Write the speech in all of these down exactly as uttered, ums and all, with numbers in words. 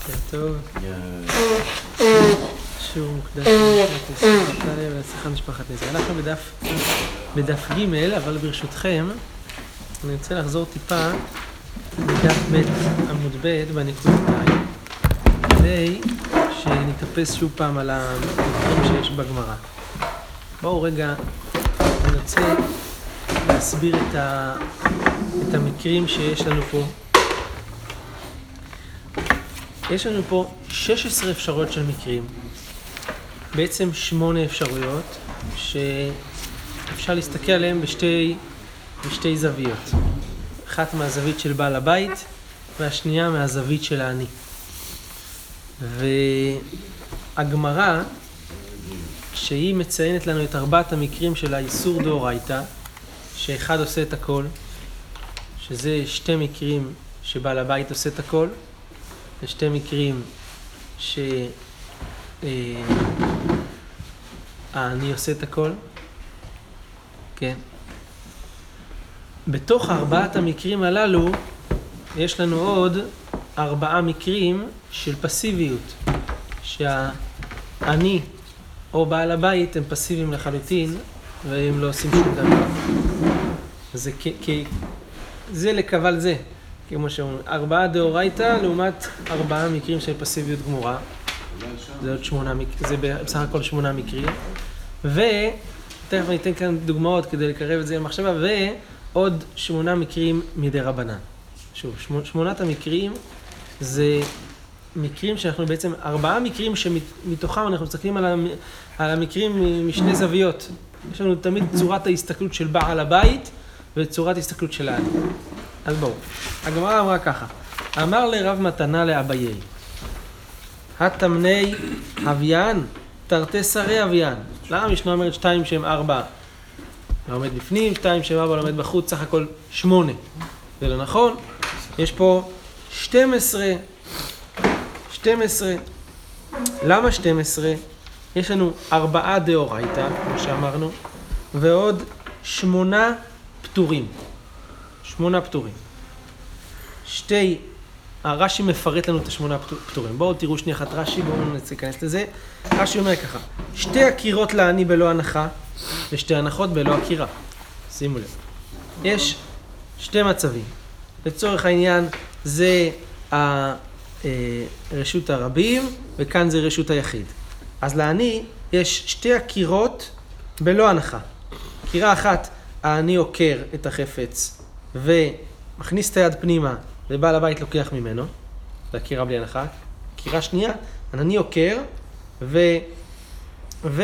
טוב. שיעור מוקדש למשפחת ישראל ולהצלחת משפחת ישראל. אנחנו בדף, בדף ג', אבל ברשותכם אני רוצה לחזור טיפה לדף ב' עמוד ב' בנקודתיים כדי שנתאפס שוב פעם על המקרים שיש בגמרא. בואו רגע אני רוצה להסביר את, ה, את המקרים שיש לנו פה. יש לנו פה שש עשרה אפשרויות של מקרים, בעצם שמונה אפשרויות שאפשר להסתכל עליהן בשתי, בשתי זוויות. אחת מהזווית של בעל הבית והשנייה מהזווית של העני. והגמרא, כשהיא מציינת לנו את ארבעת המקרים של האיסור דאורייתא, שאחד עושה את הכל, שזה שתי מקרים שבעל הבית עושה את הכל, לשתי מקרים שאני עושה את הכל, כן. בתוך ארבעת המקרים הללו יש לנו עוד ארבעה מקרים של פסיביות, שהאני או בעל הבית הם פסיביים לחלוטין והם לא עושים שום דבר. זה כ... זה לקבל זה. כמו שאומרים, ארבעה דאורייתא לעומת ארבעה מקרים של פסיביות גמורה. זה עוד שמונה מקרים, זה בסך הכל שמונה מקרים. ותכף אני אתן כאן דוגמאות כדי לקרב את זה למחשבה, ועוד שמונה מקרים מדי רבנן. שוב, שמונת המקרים זה מקרים שאנחנו בעצם, ארבעה מקרים שמתוכם אנחנו מסתכלים על המקרים משני זוויות. יש לנו תמיד צורת ההסתכלות של בעל הבית וצורת ההסתכלות של העני. אז בואו, הגמרא אמרה ככה, אמר לרב מתנה לאביי, התמני אביין, תרתי שרי אביין. למה המשנה אומרת שתיים שהם ארבע? לומד בפנים, שתיים שהם ארבע לומד בחוץ, סך הכל שמונה. זה לא נכון, יש פה שתים עשרה, שתים עשרה. למה שתים עשרה? יש לנו ארבעה דאורייתא, כמו שאמרנו, ועוד שמונה פטורים. שמונה פטורים. שתי, הרש"י מפרט לנו את השמונה פטורים. בואו תראו שנייה אחת רש"י, בואו ניכנס לזה. רש"י אומר ככה, שתי הקירות לעני בלא הנחה, ושתי הנחות בלא הקירה. שימו לב. יש שתי מצבים. לצורך העניין זה רשות הרבים, וכאן זה רשות היחיד. אז לעני יש שתי הקירות בלא הנחה. קירה אחת, העני עוקר את החפץ, ומכניס את היד פנימה, ובעל הבית לוקח ממנו, זה הקירה בלי הנחה. קירה שנייה, אני עוקר, ו... ו...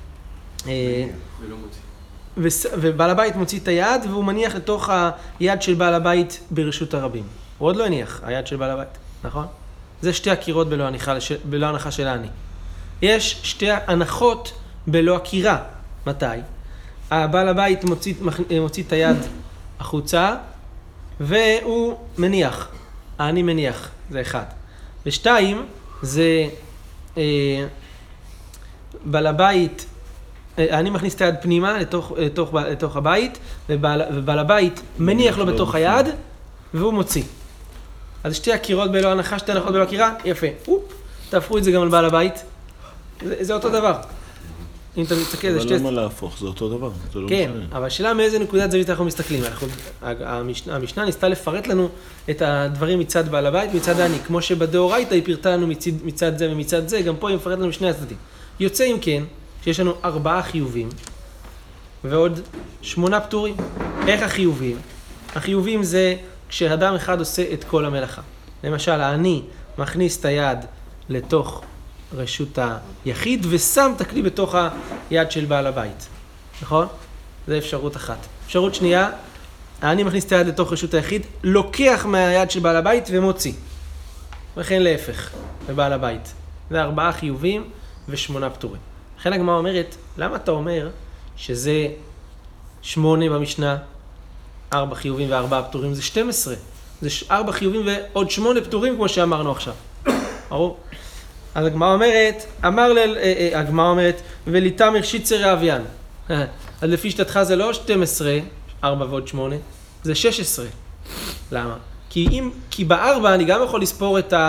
ו... ובעל הבית מוציא את היד, והוא מניח לתוך היד של בעל הבית ברשות הרבים. הוא עוד לא הניח, היד של בעל הבית, נכון? זה שתי הקירות בלא הנחה, בלא הנחה של העני. יש שתי הנחות בלא הקירה. מתי? הבעל הבית מוציא, מוציא את היד החוצה, והוא מניח. העני מניח, זה אחד. ושתיים, זה אה, בעל הבית, העני מכניס את היד פנימה לתוך, לתוך, לתוך הבית, ובעל, ובעל הבית מניח לו בתוך היד, והוא מוציא. אז שתי הקירות בלא הנחה, שתי הנחות בלא הקירה, יפה. אופ, תהפכו את זה גם על בעל הבית. זה, זה אותו דבר. אם אתה מסתכל, זה שתי... אבל למה להפוך? זה אותו דבר. זה לא כן, משנה. אבל השאלה מאיזה נקודת זווית אנחנו מסתכלים. אנחנו, המשנה, המשנה ניסתה לפרט לנו את הדברים מצד בעל הבית ומצד העני. כמו שבדאורייתא היא פירטה לנו מצד, מצד זה ומצד זה, גם פה היא מפרט לנו שני הצדדים. יוצא אם כן, שיש לנו ארבעה חיובים, ועוד שמונה פטורים. איך החיובים? החיובים זה כשאדם אחד עושה את כל המלאכה. למשל, העני מכניס את היד לתוך רשות היחיד, ושם את הכלי בתוך היד של בעל הבית. נכון? זה אפשרות אחת. אפשרות שנייה, העני מכניס את היד לתוך רשות היחיד, לוקח מהיד של בעל הבית ומוציא. וכן להפך, בבעל הבית. זה ארבעה חיובים ושמונה פטורים. לכן הגמרא אומרת, למה אתה אומר שזה שמונה במשנה, ארבע חיובים וארבעה פטורים? זה שתים עשרה. זה ארבע חיובים ועוד שמונה פטורים, כמו שאמרנו עכשיו. ברור? אז הגמרא אומרת, אמר ל... הגמרא אומרת, וליתמר שיצר אביין. אז לפי שתתך זה לא שתים עשרה, ארבע ועוד שמונה, זה שש עשרה. למה? כי אם, כי בארבע אני גם יכול לספור את, ה,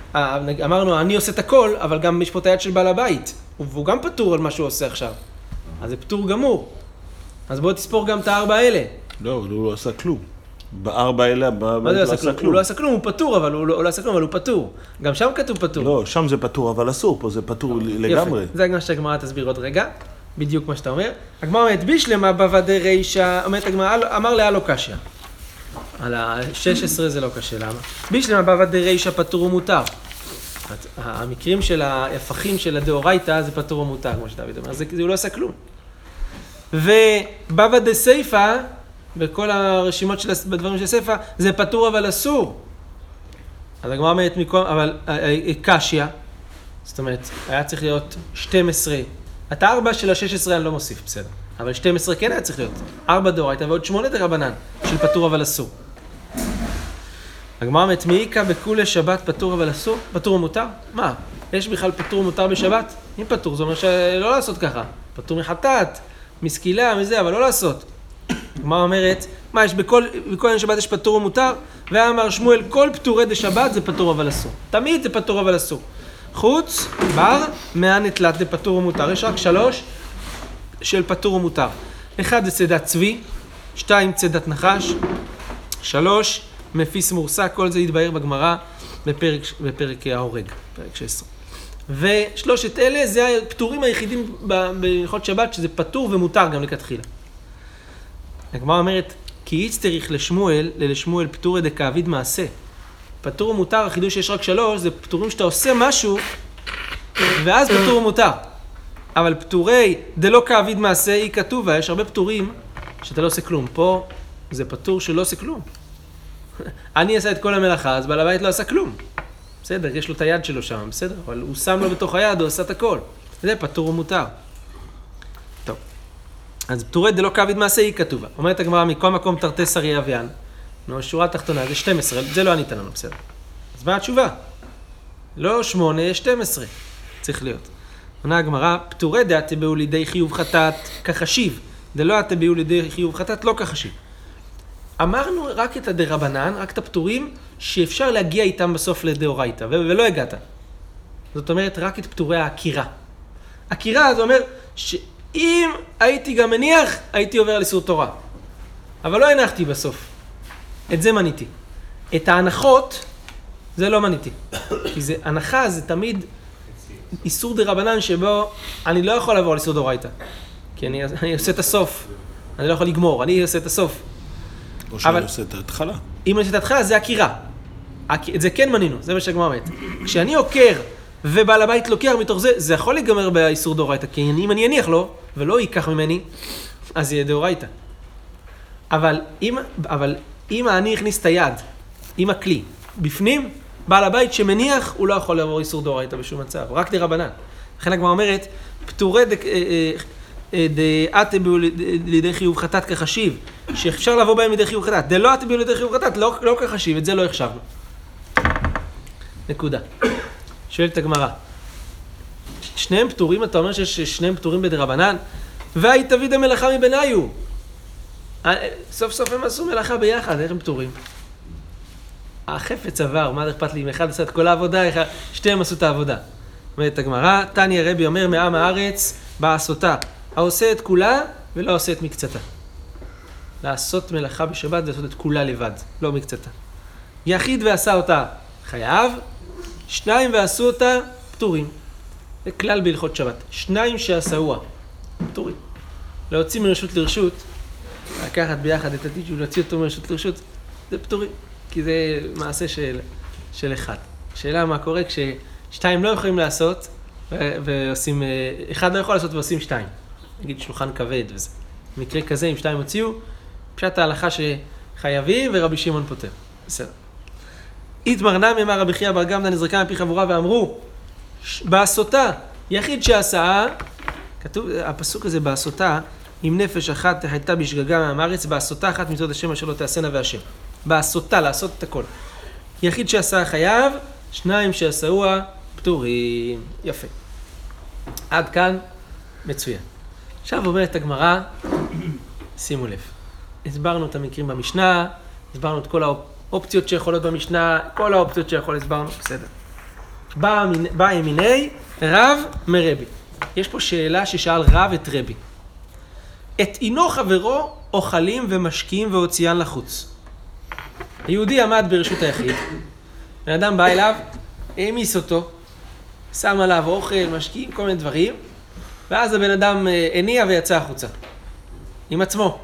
אמרנו, אני עושה את הכל, אבל גם יש פה את היד של בעל הבית, והוא גם פטור על מה שהוא עושה עכשיו. אז זה פטור גמור. אז בואו תספור גם את הארבע האלה. לא, אבל הוא לא עשה כלום. בארבע האלה, מה זה לא עשה כלום? הוא לא עשה כלום, הוא פטור, אבל הוא לא עשה כלום, אבל הוא פטור. גם שם כתוב פטור. לא, שם זה פטור, אבל אסור, פה זה פטור לגמרי. יפה, זה מה שהגמרא תסביר עוד רגע, בדיוק מה שאתה אומר. הגמרא אומרת, בישלמה בוודא רישא, אומרת הגמרא, אמר לה לא קשיא. על ה-שש עשרה זה לא קשה, למה? בישלמה בוודא רישא פטור ומותר. המקרים של ההפכים של הדאורייתא זה פטור ומותר, כמו שדוד אומר, זה הוא לא עשה כלום. ובבא דסייפא, בכל הרשימות של הדברים של סייפא, זה פטור אבל אסור. אז הגמרא אומרת מקום, אבל קשיא, זאת אומרת, היה צריך להיות שתים עשרה, את הארבע של ה-שש עשרה אני לא מוסיף, בסדר. אבל שתים עשרה כן היה צריך להיות, ארבע דאורייתא ועוד שמונה דרבנן של פטור אבל אסור. הגמרא אומרת, מעיקה בכולי שבת פטור אבל אסור? פטור ומותר? מה? יש בכלל פטור ומותר בשבת? אם פטור, זאת אומרת שלא לעשות ככה. פטור מחטאת, מסקילה, מזה, אבל לא לעשות. הגמרא אומרת, מה יש בכל, בכל יום שבת יש פטור ומותר? ואמר שמואל, כל פטורי דשבת זה פטור אבל אסור. תמיד זה פטור אבל אסור. חוץ, בר, מהנטלת דפטור ומותר. יש רק שלוש של פטור ומותר. אחד זה צדת צבי, שתיים צדת נחש, שלוש מפיס מורסה, כל זה יתבהר בגמרא בפרק, בפרק ההורג, פרק שש עשרה. ושלושת אלה זה הפטורים היחידים בהלכות שבת שזה פטור ומותר גם לכתחילה. הגמרא אומרת, כי איץ צריך לשמואל, ללשמואל פטורי דקאביד מעשה. פטור ומותר, החידוש שיש רק שלוש, זה פטורים שאתה עושה משהו, ואז פטור ומותר. אבל פטורי דלא כאביד מעשה, היא כתובה, יש הרבה פטורים שאתה לא עושה כלום. פה זה פטור שלא עושה כלום. אני אעשה את כל המלאכה, אז בעל הבית לא עשה כלום. בסדר, יש לו את היד שלו שם, בסדר? אבל הוא שם לו בתוך היד, הוא עשה את הכל. זה פטור ומותר. טוב. אז פטורי דלא כאביד מעשה, היא כתובה. אומרת הגמרא, מכל מקום תרתי שרי אביין. נו, השורה התחתונה, זה שתים עשרה, זה לא ענית לנו, בסדר. אז מה התשובה? לא שמונה, שתים עשרה. צריך להיות. עונה הגמרא, פטורי דאתבעו לידי חיוב חטאת כחשיב, דלא אתבעו לידי חיוב חטאת לא כחשיב. אמרנו רק את הדרבנן, רק את הפטורים, שאפשר להגיע איתם בסוף לדאורייתא, ולא הגעת. זאת אומרת, רק את פטורי העקירה. עקירה, זה אומר שאם הייתי גם מניח, הייתי עובר לאיסור תורה. אבל לא הנחתי בסוף. את זה מניתי. את ההנחות, זה לא מניתי. כי זה, הנחה זה תמיד איסור דרבנן שבו אני לא יכול לעבור לאיסור דאורייתא. כי אני, אני עושה את הסוף. אני לא יכול לגמור, אני עושה את הסוף. או שאני עושה את ההתחלה. אם אני עושה את ההתחלה, זה עקירה. את זה כן מנינו, זה מה שהגמרא אומרת. כשאני עוקר ובעל הבית לוקח מתוך זה, זה יכול להיגמר באיסור דאורייתא. כי אם אני אניח לו ולא ייקח ממני, אז יהיה דאורייתא. אבל אם, אבל אם אני הכניס את היד עם הכלי בפנים, בעל הבית שמניח, הוא לא יכול לעבור איסור דאורייתא בשום מצב, רק דרבנן. לכן הגמרא אומרת, פטורי דאתבעו לידי חיוב חטאת כחשיב, שאפשר לבוא בהם לידי חיוב חטאת. דלא אתבעו לידי חיוב חטאת, לא, לא כחשיב, את זה לא החשבנו. נקודה. שואלת הגמרא, שניהם פטורים, אתה אומר ששניהם פטורים בדרבנן? והי תביא דמלאכה מבניו. סוף סוף הם עשו מלאכה ביחד, איך הם פטורים? החפץ עבר, מה אכפת לי? אם אחד עשה את כל העבודה, שתיהם עשו את העבודה. אומרת הגמרא, תניא רבי אומר מעם הארץ, בעשותה, העושה את כולה ולא עושה את מקצתה. לעשות מלאכה בשבת זה לעשות את כולה לבד, לא מקצתה. יחיד ועשה אותה חייב, שניים ועשו אותה פטורים. זה כלל בהלכות שבת. שניים שעשאוה, פטורים. להוציא מרשות לרשות, לקחת ביחד את הטיג'ו, להוציא אותו מרשות לרשות, זה פטורים. כי זה מעשה של, של אחד. שאלה מה קורה כששתיים לא יכולים לעשות, ועושים, אחד לא יכול לעשות ועושים שתיים. נגיד שולחן כבד וזה. במקרה כזה, אם שתיים הוציאו, פשט ההלכה שחייבים ורבי שמעון פוטר. בסדר. התמרנם אמר רבי חייא בר גמדא נזרקה מפי חבורה ואמרו, בעשותה, יחיד שעשה, כתוב, הפסוק הזה בעשותה, אם נפש אחת הייתה בשגגה מהארץ, בעשותה אחת מצוות השם אשר לא תעשנה והשם. בעשותה, לעשות את הכל. יחיד שעשה חייב, שניים שעשאוה פטורים. יפה. עד כאן, מצוין. עכשיו אומרת הגמרא, שימו לב. הסברנו את המקרים במשנה, הסברנו את כל האופציות שיכולות במשנה, כל האופציות שיכול הסברנו, בסדר. בא ימיני רב מרבי. יש פה שאלה ששאל רב את רבי. את אינו חברו אוכלים ומשקיעים והוציאן לחוץ. היהודי עמד ברשות היחיד, בן אדם בא אליו, העמיס אותו, שם עליו אוכל, משקיעים, כל מיני דברים, ואז הבן אדם הניע ויצא החוצה, עם עצמו.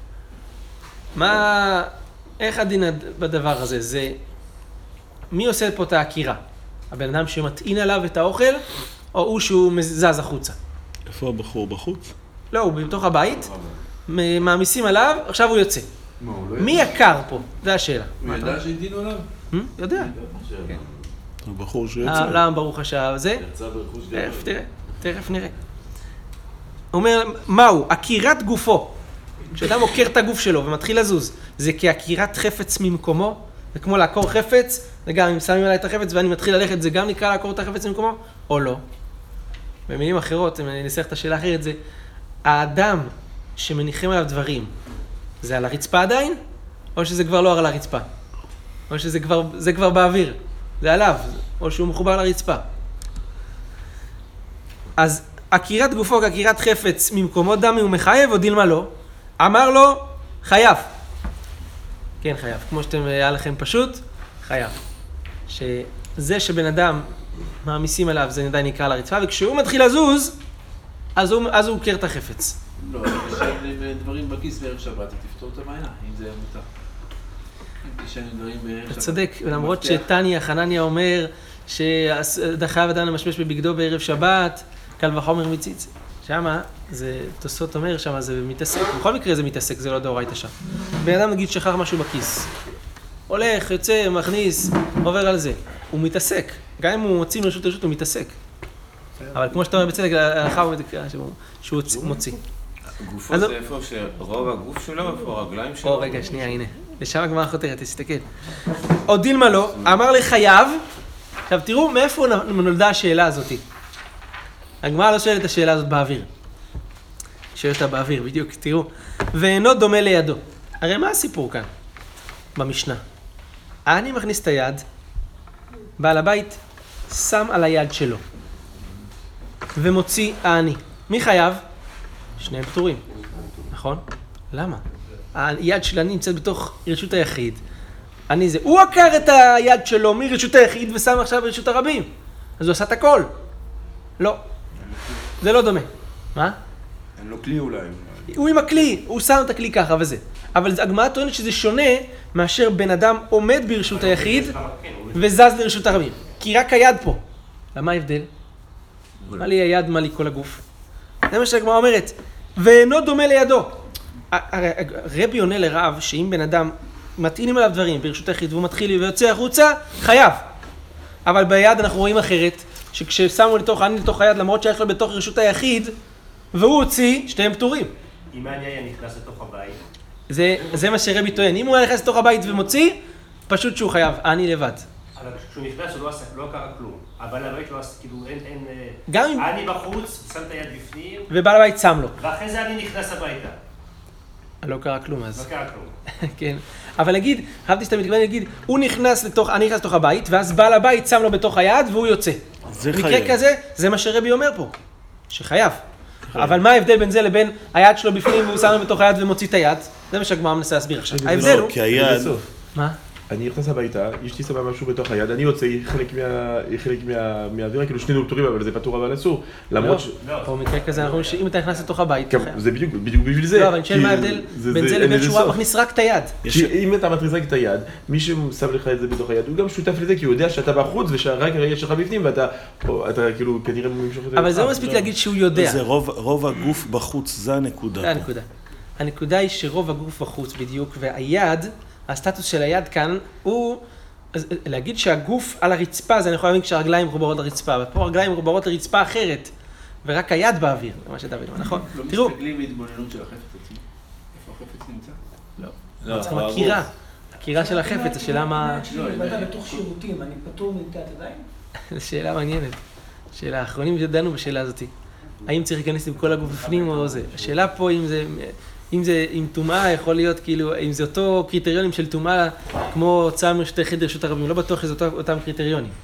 מה, איך הדין בדבר הזה? זה, מי עושה פה את העקירה? הבן אדם שמטעין עליו את האוכל, או הוא שהוא זז החוצה? איפה הבחור בחוץ? לא, הוא בתוך הבית, מעמיסים עליו, עכשיו הוא יוצא. מי יקר פה? זו השאלה. הוא ידע שהדינו עליו? יודע. הבחור שיוצא. למה ברוך השעה הזה? יצא ברכוש תכף תראה, תכף נראה. הוא אומר, מהו? עקירת גופו. כשאדם עוקר את הגוף שלו ומתחיל לזוז, זה כעקירת חפץ ממקומו? זה כמו לעקור חפץ, וגם אם שמים עליי את החפץ ואני מתחיל ללכת, זה גם נקרא לעקור את החפץ ממקומו? או לא? במילים אחרות, אם אני אנסח את השאלה אחרת, זה האדם שמניחים עליו דברים, זה על הרצפה עדיין? או שזה כבר לא על הרצפה? או שזה כבר, זה כבר באוויר? זה עליו, או שהוא מחובר לרצפה. אז עקירת גופו כעקירת חפץ ממקומו דמי הוא מחייב או דילמה לא? אמר לו, חייב. כן, חייב. כמו שאתם, היה לכם פשוט, חייב. שזה שבן אדם מעמיסים עליו, זה עדיין נקרא על הרצפה, וכשהוא מתחיל לזוז, אז הוא, אז הוא עוקר את החפץ. לא, אני תשאל עם דברים בכיס בערב שבת, תפתור את הבעיה, אם זה מותר. אם תשאל עם דברים בערב שבת. אתה צודק, למרות שטניה, חנניה אומר, שחייב אדם למשמש בבגדו בערב שבת, קל וחומר מציץ. שמה, זה, תוספות אומר שמה, זה מתעסק. בכל מקרה זה מתעסק, זה לא דאורייתא שם. בן אדם נגיד שכח משהו בכיס. הולך, יוצא, מכניס, עובר על זה. הוא מתעסק. גם אם הוא מוציא מרשות לרשות, הוא מתעסק. אבל כמו שאתה אומר בצדק, ההלכה הוא שהוא מוציא. גופו זה איפה שרוב הגוף שלו, איפה הרגליים שלו? או רגע, שנייה, הנה. לשם הגמרא חותרת, תסתכל. עוד דילמה לא, אמר לחייב, עכשיו תראו מאיפה נולדה השאלה הזאת. הגמרא לא שואלת את השאלה הזאת באוויר. שואלת אותה באוויר, בדיוק, תראו. ואינו דומה לידו. הרי מה הסיפור כאן? במשנה. אני מכניס את היד, בעל הבית שם על היד שלו, ומוציא העני. מי חייב? שניהם פטורים, נכון? למה? היד של אני נמצאת בתוך רשות היחיד. אני זה, הוא עקר את היד שלו מרשות היחיד ושם עכשיו ברשות הרבים. אז הוא עשה את הכל. לא. זה לא דומה. מה? אין לו כלי אולי. הוא עם הכלי, הוא שם את הכלי ככה וזה. אבל הגמרא טוענת שזה שונה מאשר בן אדם עומד ברשות היחיד וזז לרשות הרבים. כי רק היד פה. למה ההבדל? מה לי היד, מה לי כל הגוף? זה מה שהגמרא אומרת. ואינו דומה לידו. רבי עונה לרב שאם בן אדם מטעינים עליו דברים ברשות היחיד והוא מתחיל ויוצא החוצה, חייב. אבל ביד אנחנו רואים אחרת, שכששמו לתוך, אני לתוך היד, למרות שיש לו בתוך רשות היחיד, והוא הוציא, שתיהם פטורים. אם אני היה נכנס לתוך הבית? זה, זה מה שרבי טוען. אם הוא היה נכנס לתוך הבית ומוציא, פשוט שהוא חייב, אני לבד. אבל כשהוא נכנס הוא לא עשה, לא קרה כלום. אבל הבית לא עשה, כאילו אין, אין... גם אם... אני בחוץ, שם את היד בפנים. ובעל הבית שם לו. ואחרי זה אני נכנס הביתה. לא קרה כלום אז. לא קרה כלום. כן. אבל נגיד, חייבתי שאתה מתכוון, נגיד, הוא נכנס לתוך, אני נכנס לתוך הבית, ואז בעל הבית שם לו בתוך היד והוא יוצא. זה מקרה חייב. כזה, זה מה שרבי אומר פה. שחייב. אבל מה ההבדל בין זה לבין היד שלו בפנים והוא שם לו בתוך היד ומוציא את היד? זה מה שהגמרא מנסה להסביר עכשיו. ההבדל הוא... כי היד... מה? אני נכנס הביתה, אשתי שמה משהו בתוך היד, אני יוצא, היא חלק מה... היא חלק מה... מהאווירה, כאילו שנינו פטורים, אבל זה פטור אבל אסור. למרות ש... פה מקרה כזה, אנחנו אומרים שאם אתה נכנס לתוך הבית... זה בדיוק, בדיוק בשביל זה. לא, אבל אני שואל מה ההבדל בין זה לבין שהוא מכניס רק את היד. כי אם אתה מכניס רק את היד, מי ששם לך את זה בתוך היד, הוא גם שותף לזה, כי הוא יודע שאתה בחוץ ושרק הרגע שלך בפנים, ואתה כאילו כנראה ממשוך את זה. אבל זה לא מספיק להגיד שהוא יודע. זה רוב הגוף בחוץ, זה הנקודה. זה הנקודה. הנקודה היא שרוב הגוף בחוץ בדיוק, והיד, הסטטוס של היד כאן, הוא להגיד שהגוף על הרצפה, זה אני יכול להבין כשהרגליים מחוברות לרצפה, ופה הרגליים מחוברות לרצפה אחרת, ורק היד באוויר, זה מה שדוד אומר, נכון? תראו. לא מסתכלים להתבוננות של החפץ עצמו. איפה החפץ נמצא? לא. לא, צריכים הקירה. הקירה של החפץ, השאלה מה... אם אתה בתוך שירותים, אני פטור מנטילת ידיים? זו שאלה מעניינת. שאלה, האחרונים שדנו בשאלה הזאת. האם צריך להיכנס עם כל הגוף בפנים או זה? השאלה פה אם זה... אם זה, אם טומאה יכול להיות כאילו, אם זה אותו קריטריונים של טומאה כמו הוצאה מרשות היחיד לרשות הרבים, לא בטוח שזה אותם קריטריונים.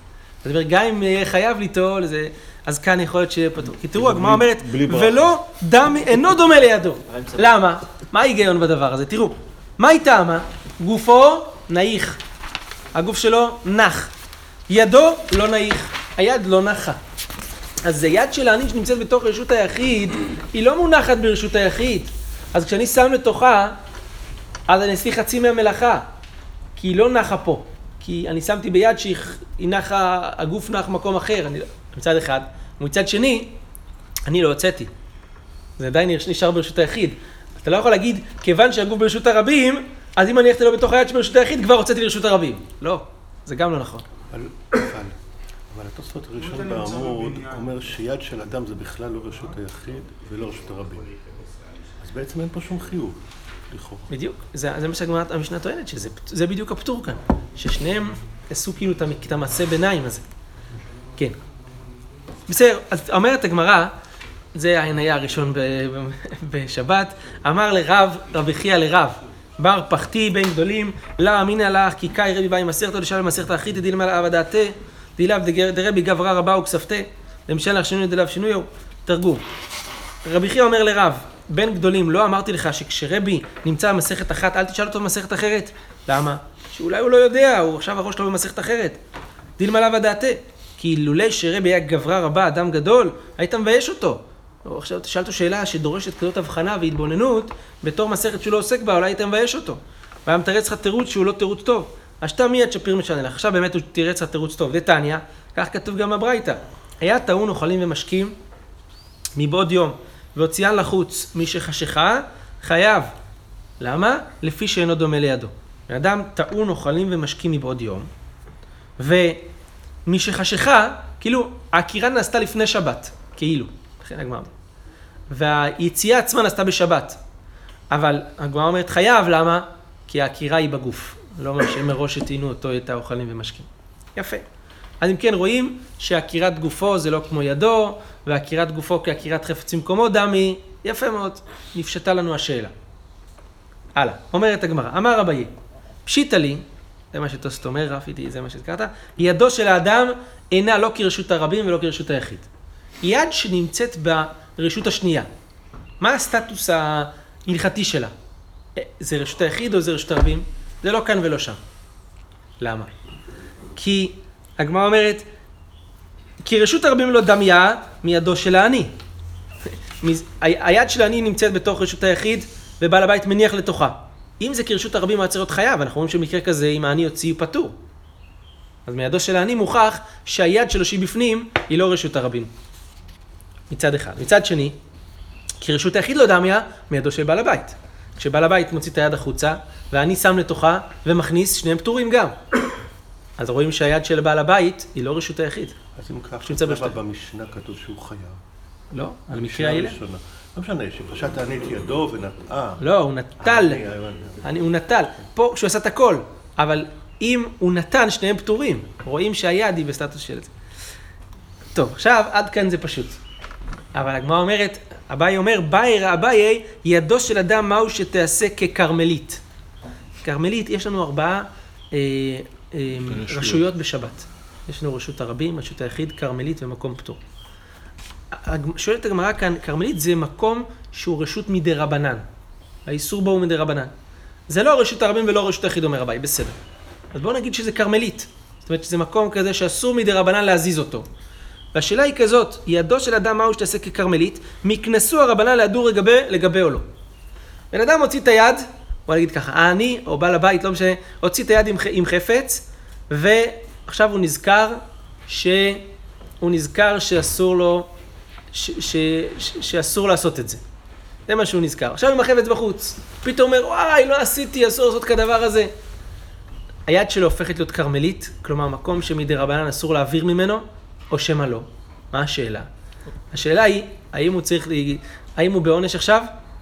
זאת אומרת, גם אם יהיה חייב ליטול, זה... אז כאן יכול להיות שיהיה פתור. כי תראו, הגמרא אומרת, בלי ברכה. ולא דם אינו דומה לידו. למה? מה ההיגיון בדבר הזה? תראו, מה היא טעמה? גופו נעיך. הגוף שלו נח. ידו לא נעיך. היד לא נחה. אז היד של העני שנמצאת בתוך רשות היחיד, היא לא מונחת ברשות היחיד. אז כשאני שם לתוכה, אז אני אעשה חצי מהמלאכה. כי היא לא נחה פה. כי אני שמתי ביד שהיא נחה, הגוף נח מקום אחר. אני, מצד אחד. ומצד שני, אני לא הוצאתי. זה עדיין נשאר ברשות היחיד. אתה לא יכול להגיד, כיוון שהגוף ברשות הרבים, אז אם אני הלכתי לו בתוך היד שברשות היחיד, כבר הוצאתי לרשות הרבים. לא, זה גם לא נכון. אבל, אבל, אבל התוספות הראשון בעמוד אומר שיד של אדם זה בכלל לא רשות היחיד ולא רשות הרבים. אז בעצם אין פה שום חיוב, לכאורה. בדיוק, זה, זה מה שהגמרא המשנה טוענת, שזה זה בדיוק הפטור כאן. ששניהם עשו כאילו את המעשה ביניים הזה. כן. בסדר, אז אומרת הגמרא, זה העניין הראשון ב- ב- בשבת, אמר לרב, רבי חייא לרב, בר פחתי בין גדולים, לא אמינא לך, כי קאי רבי באי מסכתו, לשאול במסכת האחרית, דילמה לאו דעתה, דילאו דרבי גברא רבה וכספתה, למשל לך שינוי דילאו שינויו, תרגום. רבי חייא אומר לרב, בין גדולים, לא אמרתי לך שכשרבי נמצא במסכת אחת, אל תשאל אותו במסכת אחרת. למה? שאולי הוא לא יודע, הוא עכשיו הראש שלו במסכת אחרת. דילמה לאו דעתה. כי אילולי שרבי היה גברא רבה, אדם גדול, היית מבייש אותו. או עכשיו תשאל אותו שאלה שדורשת כזאת הבחנה והתבוננות, בתור מסכת שהוא לא עוסק בה, אולי היית מבייש אותו. והיה מתרץ לך תירוץ שהוא לא תירוץ טוב. השתה מיד שפיר משנה לך. עכשיו באמת הוא תירץ לך תירוץ טוב. דתניא, כך כתוב גם בברייתא. היה טעון אוכלים ומשקים מבעוד יום, והוציאן לחוץ מי שחשיכה, חייב. למה? לפי שאינו דומה לידו. האדם טעון אוכלים ומשקים מבעוד יום, ומי שחשיכה, כאילו, העקירה נעשתה לפני שבת, כאילו, לכן הגמרא. והיציאה עצמה נעשתה בשבת. אבל הגמרא אומרת חייב, למה? כי העקירה היא בגוף. לא אומר שמראש הטעינו אותו את האוכלים ומשקים. יפה. אז אם כן רואים שעקירת גופו זה לא כמו ידו, ועקירת גופו כעקירת חפץ במקומו דמי, יפה מאוד, נפשטה לנו השאלה. הלאה, אומרת הגמרא, אמר אביי, פשיטא לי, זה מה שתוספות אומר, רפיתי, זה מה שהזכרת, ידו של האדם אינה לא כרשות הרבים ולא כרשות היחיד. יד שנמצאת ברשות השנייה, מה הסטטוס ההלכתי שלה? זה רשות היחיד או זה רשות הרבים? זה לא כאן ולא שם. למה? כי הגמרא אומרת, כי רשות הרבים לא דמיה מידו של העני. היד של העני נמצאת בתוך רשות היחיד, ובעל הבית מניח לתוכה. אם זה כרשות הרבים היה צריך להיות חייב, אנחנו רואים שמקרה כזה, אם העני יוציא פטור. אז מידו של העני מוכח שהיד שלו שהיא בפנים, היא לא רשות הרבים. מצד אחד. מצד שני, כי רשות היחיד לא דמיה מידו של בעל הבית. כשבעל הבית מוציא את היד החוצה, והעני שם לתוכה ומכניס, שניהם פטורים גם. אז רואים שהיד של בעל הבית היא לא רשות היחיד. אז אם כך, שנמצא בשתי. במשנה כתוב שהוא חייב. לא, על מקרה האלה. לא משנה, שפשט העני את ידו ונטעה. לא, הוא נטל. אני, הוא נטל. פה כשהוא עשה את הכל. אבל אם הוא נתן, שניהם פטורים. רואים שהיד היא בסטטוס של זה. טוב, עכשיו עד כאן זה פשוט. אבל הגמרא אומרת, אביי אומר, באי ראביי, ידו של אדם מהו שתעשה כקרמלית. קרמלית, יש לנו ארבעה אה, אה, רשויות בשבת. יש לנו רשות הרבים, רשות היחיד, קרמלית ומקום פטור. שואלת הגמרא כאן, קרמלית זה מקום שהוא רשות מדי רבנן. האיסור בו הוא מדי רבנן. זה לא רשות הרבים ולא רשות היחיד, אומר אביי, בסדר. אז בואו נגיד שזה קרמלית. זאת אומרת שזה מקום כזה שאסור מדי רבנן להזיז אותו. והשאלה היא כזאת, ידו של אדם מהו שתעשה כקרמלית, מכנסו הרבנן להדור לגבי, לגבי או לא. בן אדם הוציא את היד, בוא נגיד ככה, העני או בעל הבית, לא משנה, הוציא את היד עם, עם חפץ, ועכשיו הוא נזכר ש... הוא נזכר שאסור לו, ש... ש... ש... שאסור לעשות את זה. זה מה שהוא נזכר. עכשיו עם החפץ בחוץ, פתאום אומר, וואי, לא עשיתי, אסור לעשות כדבר הזה. היד שלו הופכת להיות קרמלית, כלומר מקום שמדי רבנן אסור להעביר ממנו, או שמה לא. מה השאלה? השאלה היא, האם הוא צריך, לי... האם הוא בעונש עכשיו?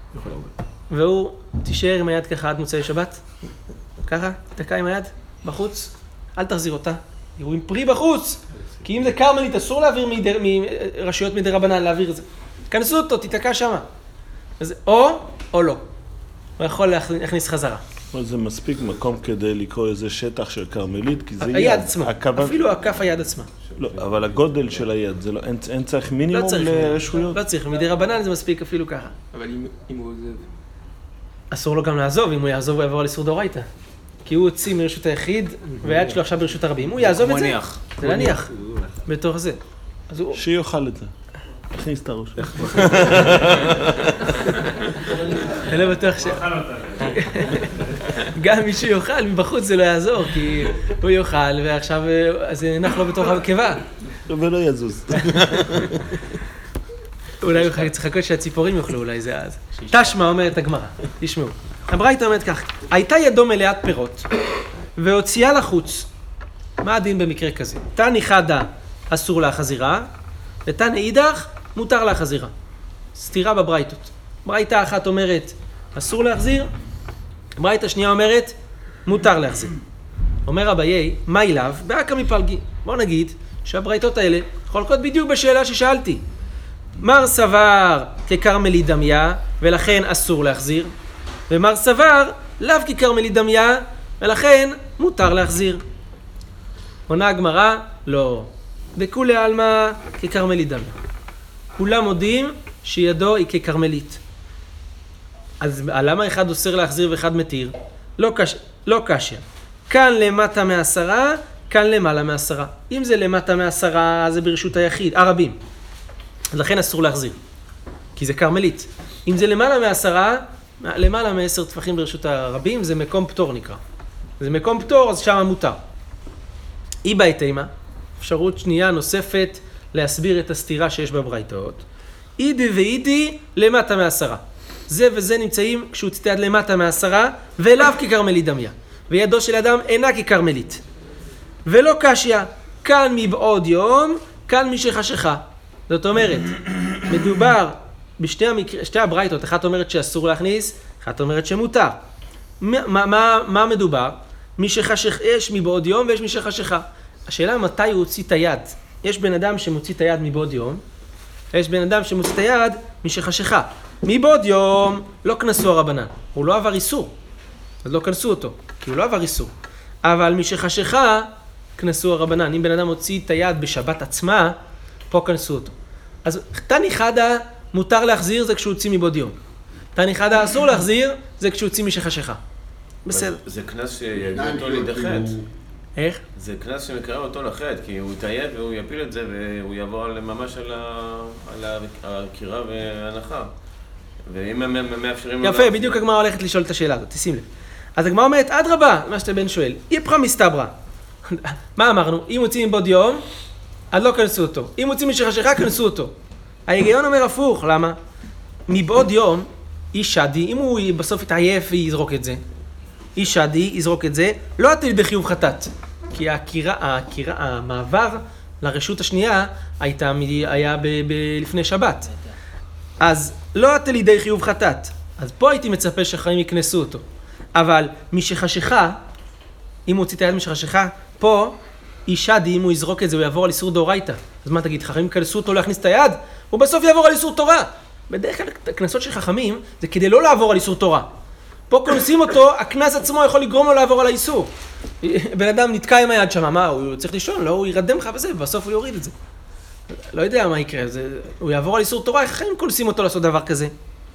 והוא תישאר עם היד ככה עד מוצאי שבת? ככה, תקע עם היד, בחוץ, אל תחזיר אותה. הוא עם פרי בחוץ. כי אם זה קרמלית, אסור להעביר מדר... מרשויות מדי רבנן, להעביר את זה. כנסו אותו, תתקע שמה. אז או, או לא. הוא יכול להכניס חזרה. אבל זה מספיק מקום כדי לקרוא איזה שטח של קרמלית, כי זה יד. היד עצמה, הכוון... אפילו הכף היד עצמה. לא, אבל הגודל של היד, זה לא, אין, אין צריך מינימום לא צריך, לרשויות? לא צריך, מדי רבנן זה מספיק אפילו ככה. אבל אם, אם הוא עוזב... אסור לו גם לעזוב, אם הוא יעזוב הוא יעבור על איסור דאורייתא. כי הוא הוציא מרשות היחיד, והיד שלו עכשיו ברשות הרבים. הוא יעזוב את זה, זה להניח, בתוך זה. אז הוא... שיוכל את זה. הכניס את הראש. אני לא בטוח ש... גם מי שיוכל, מבחוץ זה לא יעזור, כי הוא יוכל, ועכשיו זה נח לו בתוך הקיבה. ולא יזוז. אולי הוא צריך לחכות שהציפורים יאכלו, אולי זה אז. תשמע, אומרת הגמרא, תשמעו. הברייתא אומרת כך, הייתה ידו מלאת פירות, והוציאה לחוץ. מה הדין במקרה כזה? תני חדה אסור לה חזירה, ותני אידך מותר לה חזירה. סתירה בברייתות. ברייתא אחת אומרת, אסור להחזיר, ברייתא שנייה אומרת, מותר להחזיר. אומר אביי, מה אליו? באקא מפלגי. בוא נגיד שהברייתות האלה חולקות בדיוק בשאלה ששאלתי. מר סבר כקרמלי דמיה, ולכן אסור להחזיר, ומר סבר לאו כקרמלי דמיה, ולכן מותר להחזיר. עונה הגמרא, לא. בכולי עלמא כקרמלי דמיה. כולם מודים שידו היא כקרמלית. אז למה אחד אוסר להחזיר ואחד מתיר? לא קש... לא קשיא. כאן למטה מעשרה, כאן למעלה מעשרה. אם זה למטה מעשרה, זה ברשות היחיד, הרבים. אז לכן אסור להחזיר, כי זה קרמלית. אם זה למעלה מעשרה, למעלה מעשר טפחים ברשות הרבים, זה מקום פטור נקרא. זה מקום פטור, אז שם מותר. אי בהתאמה, אפשרות שנייה נוספת להסביר את הסתירה שיש בברייתות. אידי ואידי למטה מעשרה. זה וזה נמצאים כשהוא ציטט יד למטה מעשרה, ולאו כקרמלית דמיה. וידו של אדם אינה כקרמלית. ולא קשיא, כאן מבעוד יום, כאן משחשיכה. זאת אומרת, מדובר בשתי המקר... שתי הברייתות, אחת אומרת שאסור להכניס, אחת אומרת שמותר. מה, מה, מה מדובר? מי שחשך, יש מבעוד יום ויש מי שחשיכה. השאלה מתי הוא הוציא את היד. יש בן אדם שמוציא את היד מבעוד יום, יש בן אדם שמוציא את היד משחשיכה. מבעוד יום לא כנסו הרבנן, הוא לא עבר איסור, אז לא כנסו אותו, כי הוא לא עבר איסור. אבל משחשיכה כנסו הרבנן. אם בן אדם הוציא את היד בשבת עצמה, פה כנסו אותו. אז תני חדה מותר להחזיר זה כשהוא הוציא מבעוד יום. תני חדה אסור להחזיר זה כשהוא הוציא משחשיכה. בסדר. זה קנס שיביא אותו להידחת. איך? זה קנס שמקרב אותו לחטא, כי הוא יתייד והוא יפיל את זה והוא יעבור ממש על, ה... על הקירה וההנחה. ואם הם מאפשרים... יפה, בדיוק הגמרא הולכת לשאול את השאלה הזאת, תשים לב. אז הגמרא אומרת, אדרבה, מה שאתה בן שואל, איפכא מסתברא. מה אמרנו? אם מוצאים מבעוד יום, אז לא כנסו אותו. אם מוצאים משחשיכה, כנסו אותו. ההיגיון אומר הפוך, למה? מבעוד יום, איש שדי, אם הוא בסוף יתעייף ויזרוק את זה, איש שדי יזרוק את זה, לא עתה לידי חיוב חטאת. כי הקירה, הקירה, המעבר לרשות השנייה הייתה, היה ב, ב, לפני שבת. אז לא עתה לידי חיוב חטאת. אז פה הייתי מצפה שחיים יכנסו אותו. אבל משחשיכה, אם הוא הוציא את היד משחשיכה, פה איש שדי, אם הוא יזרוק את זה, הוא יעבור על איסור דאורייתא. אז מה תגיד, חכמים כנסו אותו להכניס את היד? הוא בסוף יעבור על איסור תורה. בדרך כלל הכנסות של חכמים זה כדי לא לעבור על איסור תורה. פה כנסים אותו, הכנס עצמו יכול לגרום לו לעבור על האיסור. בן אדם נתקע עם היד שם, מה, הוא צריך לישון, לא, הוא ירדם לך וזה, ובסוף הוא יוריד את זה. לא יודע מה יקרה, זה, הוא יעבור על איסור תורה, איך חכמים כנסים אותו לעשות דבר כזה?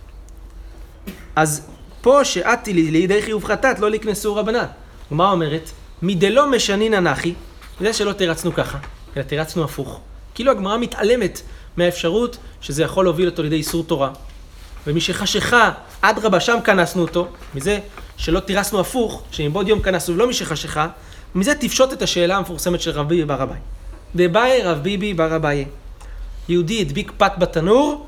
אז פה שעתי לידי חיוב חטאת, לא להיכנסו רבנן. ומה אומרת? מדלא משנין אנכי, זה שלא תרצנו ככה, אלא תרצנו הפוך. כאילו הגמרא מתעלמת מהאפשרות שזה יכול להוביל אותו לידי איסור תורה. ומי שחשיכה, עד רבה שם כנסנו אותו, מזה שלא תירסנו הפוך, שמבעוד יום כנסנו ולא מי שחשיכה, מזה תפשוט את השאלה המפורסמת של רב ביבי בר אביי. דבאי רב ביבי בר אביי. יהודי הדביק פת בתנור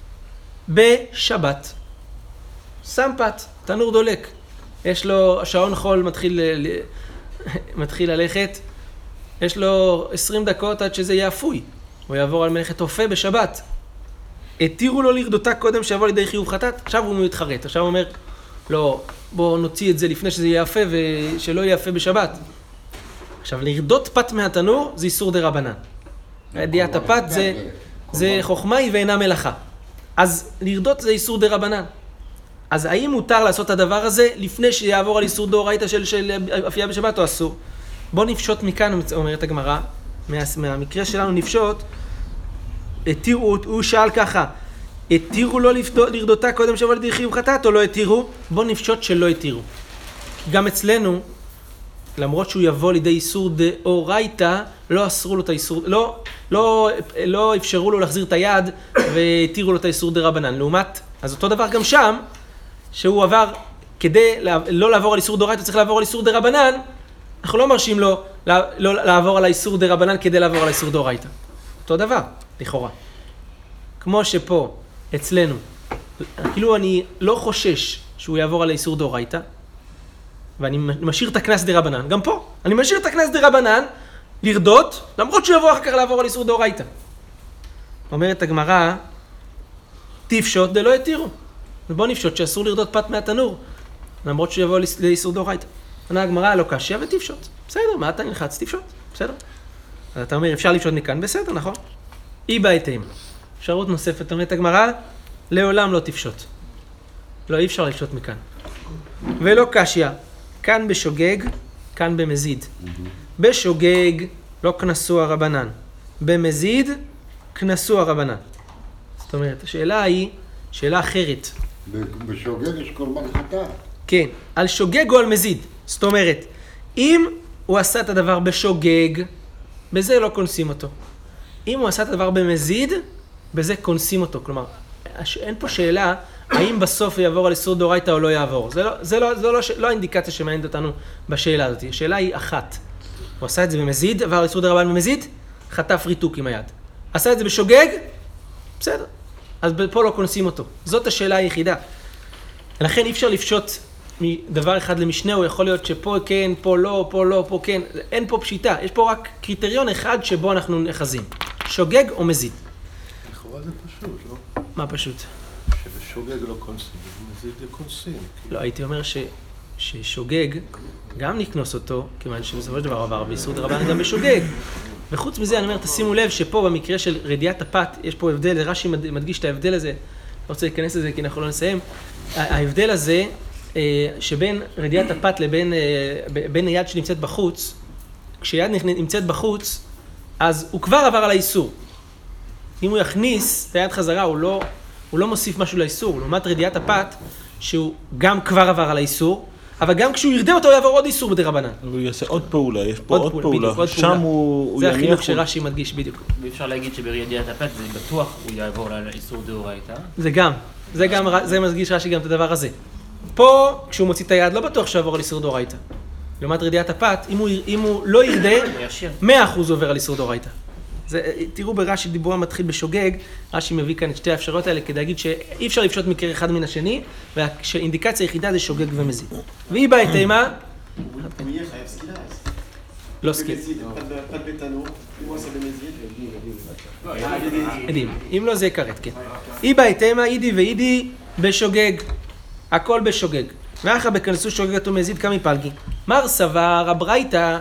בשבת. שם פת, תנור דולק. יש לו, השעון חול מתחיל, מתחיל ללכת, יש לו עשרים דקות עד שזה יהיה אפוי. הוא יעבור על מלאכת אופה בשבת. התירו לו לרדותה קודם שיבוא לידי חיוב חטאת, עכשיו הוא מתחרט, עכשיו הוא אומר, לא, בוא נוציא את זה לפני שזה יהיה יפה ושלא יהיה יפה בשבת. עכשיו, לרדות פת מהתנור זה איסור דרבנן. ידיעת הפת זה, זה חוכמה היא ואינה מלאכה. אז לרדות זה איסור דרבנן. אז האם מותר לעשות את הדבר הזה לפני שיעבור על איסור דאורייתא של, של אפייה בשבת או אסור? בוא נפשוט מכאן, אומרת הגמרא, מה, מהמקרה שלנו נפשוט, התירו, הוא שאל ככה, התירו לו לרדותה קודם שבוע לידי חיוב חטאת או לא התירו? בוא נפשוט שלא התירו. גם אצלנו, למרות שהוא יבוא לידי איסור דאורייתא, לא אסרו לו את האיסור, לא, לא, לא אפשרו לו להחזיר את היד והתירו לו את האיסור דרבנן. לעומת, אז אותו דבר גם שם, שהוא עבר, כדי לא לעבור על איסור דאורייתא, צריך לעבור על איסור דרבנן, אנחנו לא מרשים לו לא לעבור על האיסור דרבנן כדי לעבור על האיסור דאורייתא. אותו דבר, לכאורה. כמו שפה, אצלנו, כאילו אני לא חושש שהוא יעבור על האיסור דאורייתא, ואני משאיר את הקנס דרבנן. גם פה, אני משאיר את הקנס דרבנן לרדות, למרות שהוא יבוא אחר כך לעבור על איסור דאורייתא. אומרת הגמרא, תפשוט דלא התירו. ובוא נפשוט שאסור לרדות פת מהתנור, למרות שהוא יבוא לאיסור דאורייתא. עונה הגמרא, לא קשיא ותפשוט. בסדר, מה אתה נלחץ? תפשוט. בסדר. אז אתה אומר, אפשר לפשוט מכאן? בסדר, נכון? אי בהתאמה. אפשרות נוספת, אומרת הגמרא, לעולם לא תפשוט. לא, אי אפשר לפשוט מכאן. ולא קשיא. כאן בשוגג, כאן במזיד. בשוגג לא כנסו הרבנן. במזיד, כנסו הרבנן. זאת אומרת, השאלה היא, שאלה אחרת. בשוגג יש קורבן חטאת. כן, על שוגג או על מזיד. זאת אומרת, אם הוא עשה את הדבר בשוגג, בזה לא כונסים אותו. אם הוא עשה את הדבר במזיד, בזה כונסים אותו. כלומר, אין פה שאלה האם בסוף הוא יעבור על איסור דאורייתא או לא יעבור. זה לא, זה לא, זה לא, לא האינדיקציה שמעניינת אותנו בשאלה הזאת. השאלה היא אחת. הוא עשה את זה במזיד, עבר על איסור דרבנן במזיד, חטף ריתוק עם היד. עשה את זה בשוגג, בסדר. אז פה לא כונסים אותו. זאת השאלה היחידה. לכן אי אפשר לפשוט מדבר אחד למשנהו, יכול להיות שפה כן, פה לא, פה לא, פה כן. אין פה פשיטה. יש פה רק קריטריון אחד שבו אנחנו נחזים. שוגג או מזיד. לכאורה זה פשוט, לא? מה פשוט? שבשוגג לא קונסים, ובמזיד זה קונסים. לא, הייתי אומר ש... ששוגג, גם נקנוס אותו, כיוון שבסופו של דבר עבר באיסור דרבנן גם בשוגג. וחוץ מזה, אני אומר, תשימו לב שפה במקרה של רדיעת הפת, יש פה הבדל, רש"י מדגיש את ההבדל הזה, לא רוצה להיכנס לזה כי אנחנו לא נסיים, ההבדל הזה, שבין רדיעת הפת לבין בין היד שנמצאת בחוץ, כשיד נמצאת בחוץ, אז הוא כבר עבר על האיסור. אם הוא יכניס את היד חזרה, הוא לא, הוא לא מוסיף משהו לאיסור, לעומת רדיעת הפת, שהוא גם כבר עבר על האיסור, אבל גם כשהוא ירדה אותו, הוא יעבור עוד איסור בדרבנן. הוא יעשה עוד פעולה, יש פה עוד עוד פעולה, בדיוק, עוד שם פעולה. הוא זה יניח... החינוך שרש"י מדגיש בדיוק. ואפשר להגיד שברדיעת הפת זה בטוח הוא יעבור לאיסור דאורייתא. זה גם, זה גם, זה מדגיש רש"י גם את הדבר הזה. פה, כשהוא מוציא את היד, לא בטוח שיעבור על איסור דאורייתא. לעומת רדיעת הפת, אם הוא, אם הוא לא ירדה, מאה אחוז עובר על איסור דאורייתא. זה, תראו ברש"י דיבור המתחיל בשוגג, רש"י מביא כאן את שתי האפשרויות האלה כדי להגיד שאי אפשר לפשוט מקרה אחד מן השני, והאינדיקציה היחידה זה שוגג ומזיד. והיא בהתאמה, הוא יהיה חייב סקילה. לא סקילה. פת בתנור, אם הוא עושה במזיד, עדים. אם לא זה כרת, כן. היא בהתאמה, אידי ואידי בשוגג. הכל בשוגג. ואחר בכנסו שוגגת ומזיד כמי פלגי. מר סבר הברייתא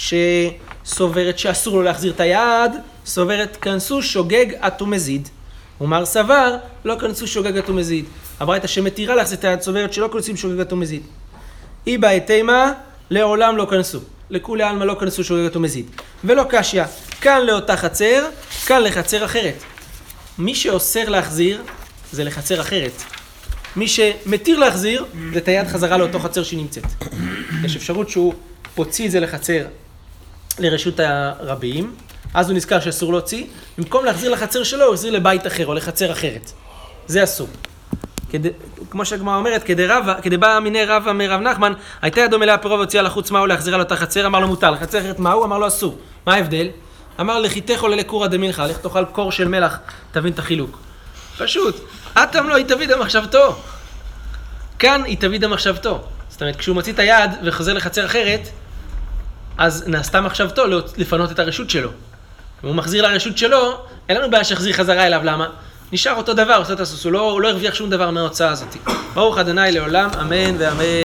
שסוברת שאסור לו להחזיר את היד, סוברת כנסו שוגג את ומזיד. ומר סבר לא כנסו שוגג את ומזיד. הברייתא שמתירה להחזיר את היד סוברת שלא כנסים שוגג את ומזיד. היא בהתאמה לעולם לא כנסו. לכולי עלמא לא כנסו שוגג את ומזיד. ולא קשיא. כאן לאותה חצר, כאן לחצר אחרת. מי שאוסר להחזיר זה לחצר אחרת. מי שמתיר להחזיר, זה את היד חזרה לאותו חצר שהיא נמצאת. יש אפשרות שהוא הוציא את זה לחצר לרשות הרבים, אז הוא נזכר שאסור להוציא, במקום להחזיר לחצר שלו, הוא החזיר לבית אחר או לחצר אחרת. זה אסור. כדי, כמו שהגמרא אומרת, כדי רבא, כדי בא מיני רבא מרב נחמן, הייתה ידו מלאה פירו והוציאה לחוץ מהו להחזירה לאותה חצר, אמר לו מותר, לחצר אחרת מהו? אמר לו אסור. מה ההבדל? אמר לחיתך עולה לקורא דמינך, לך תאכל קור של מלח, תבין את החילוק. פשוט, אתם לא, היא תביא דמחשבתו. כאן היא תביא דמחשבתו. זאת אומרת, כשהוא מוציא את היד וחוזר לחצר אחרת, אז נעשתה מחשבתו לפנות את הרשות שלו. אם הוא מחזיר לרשות שלו, אין לנו בעיה שיחזיר חזרה אליו, למה? נשאר אותו דבר, עושה את הסוס, הוא לא, הוא לא הרוויח שום דבר מההוצאה הזאת. ברוך ה' לעולם, אמן ואמן.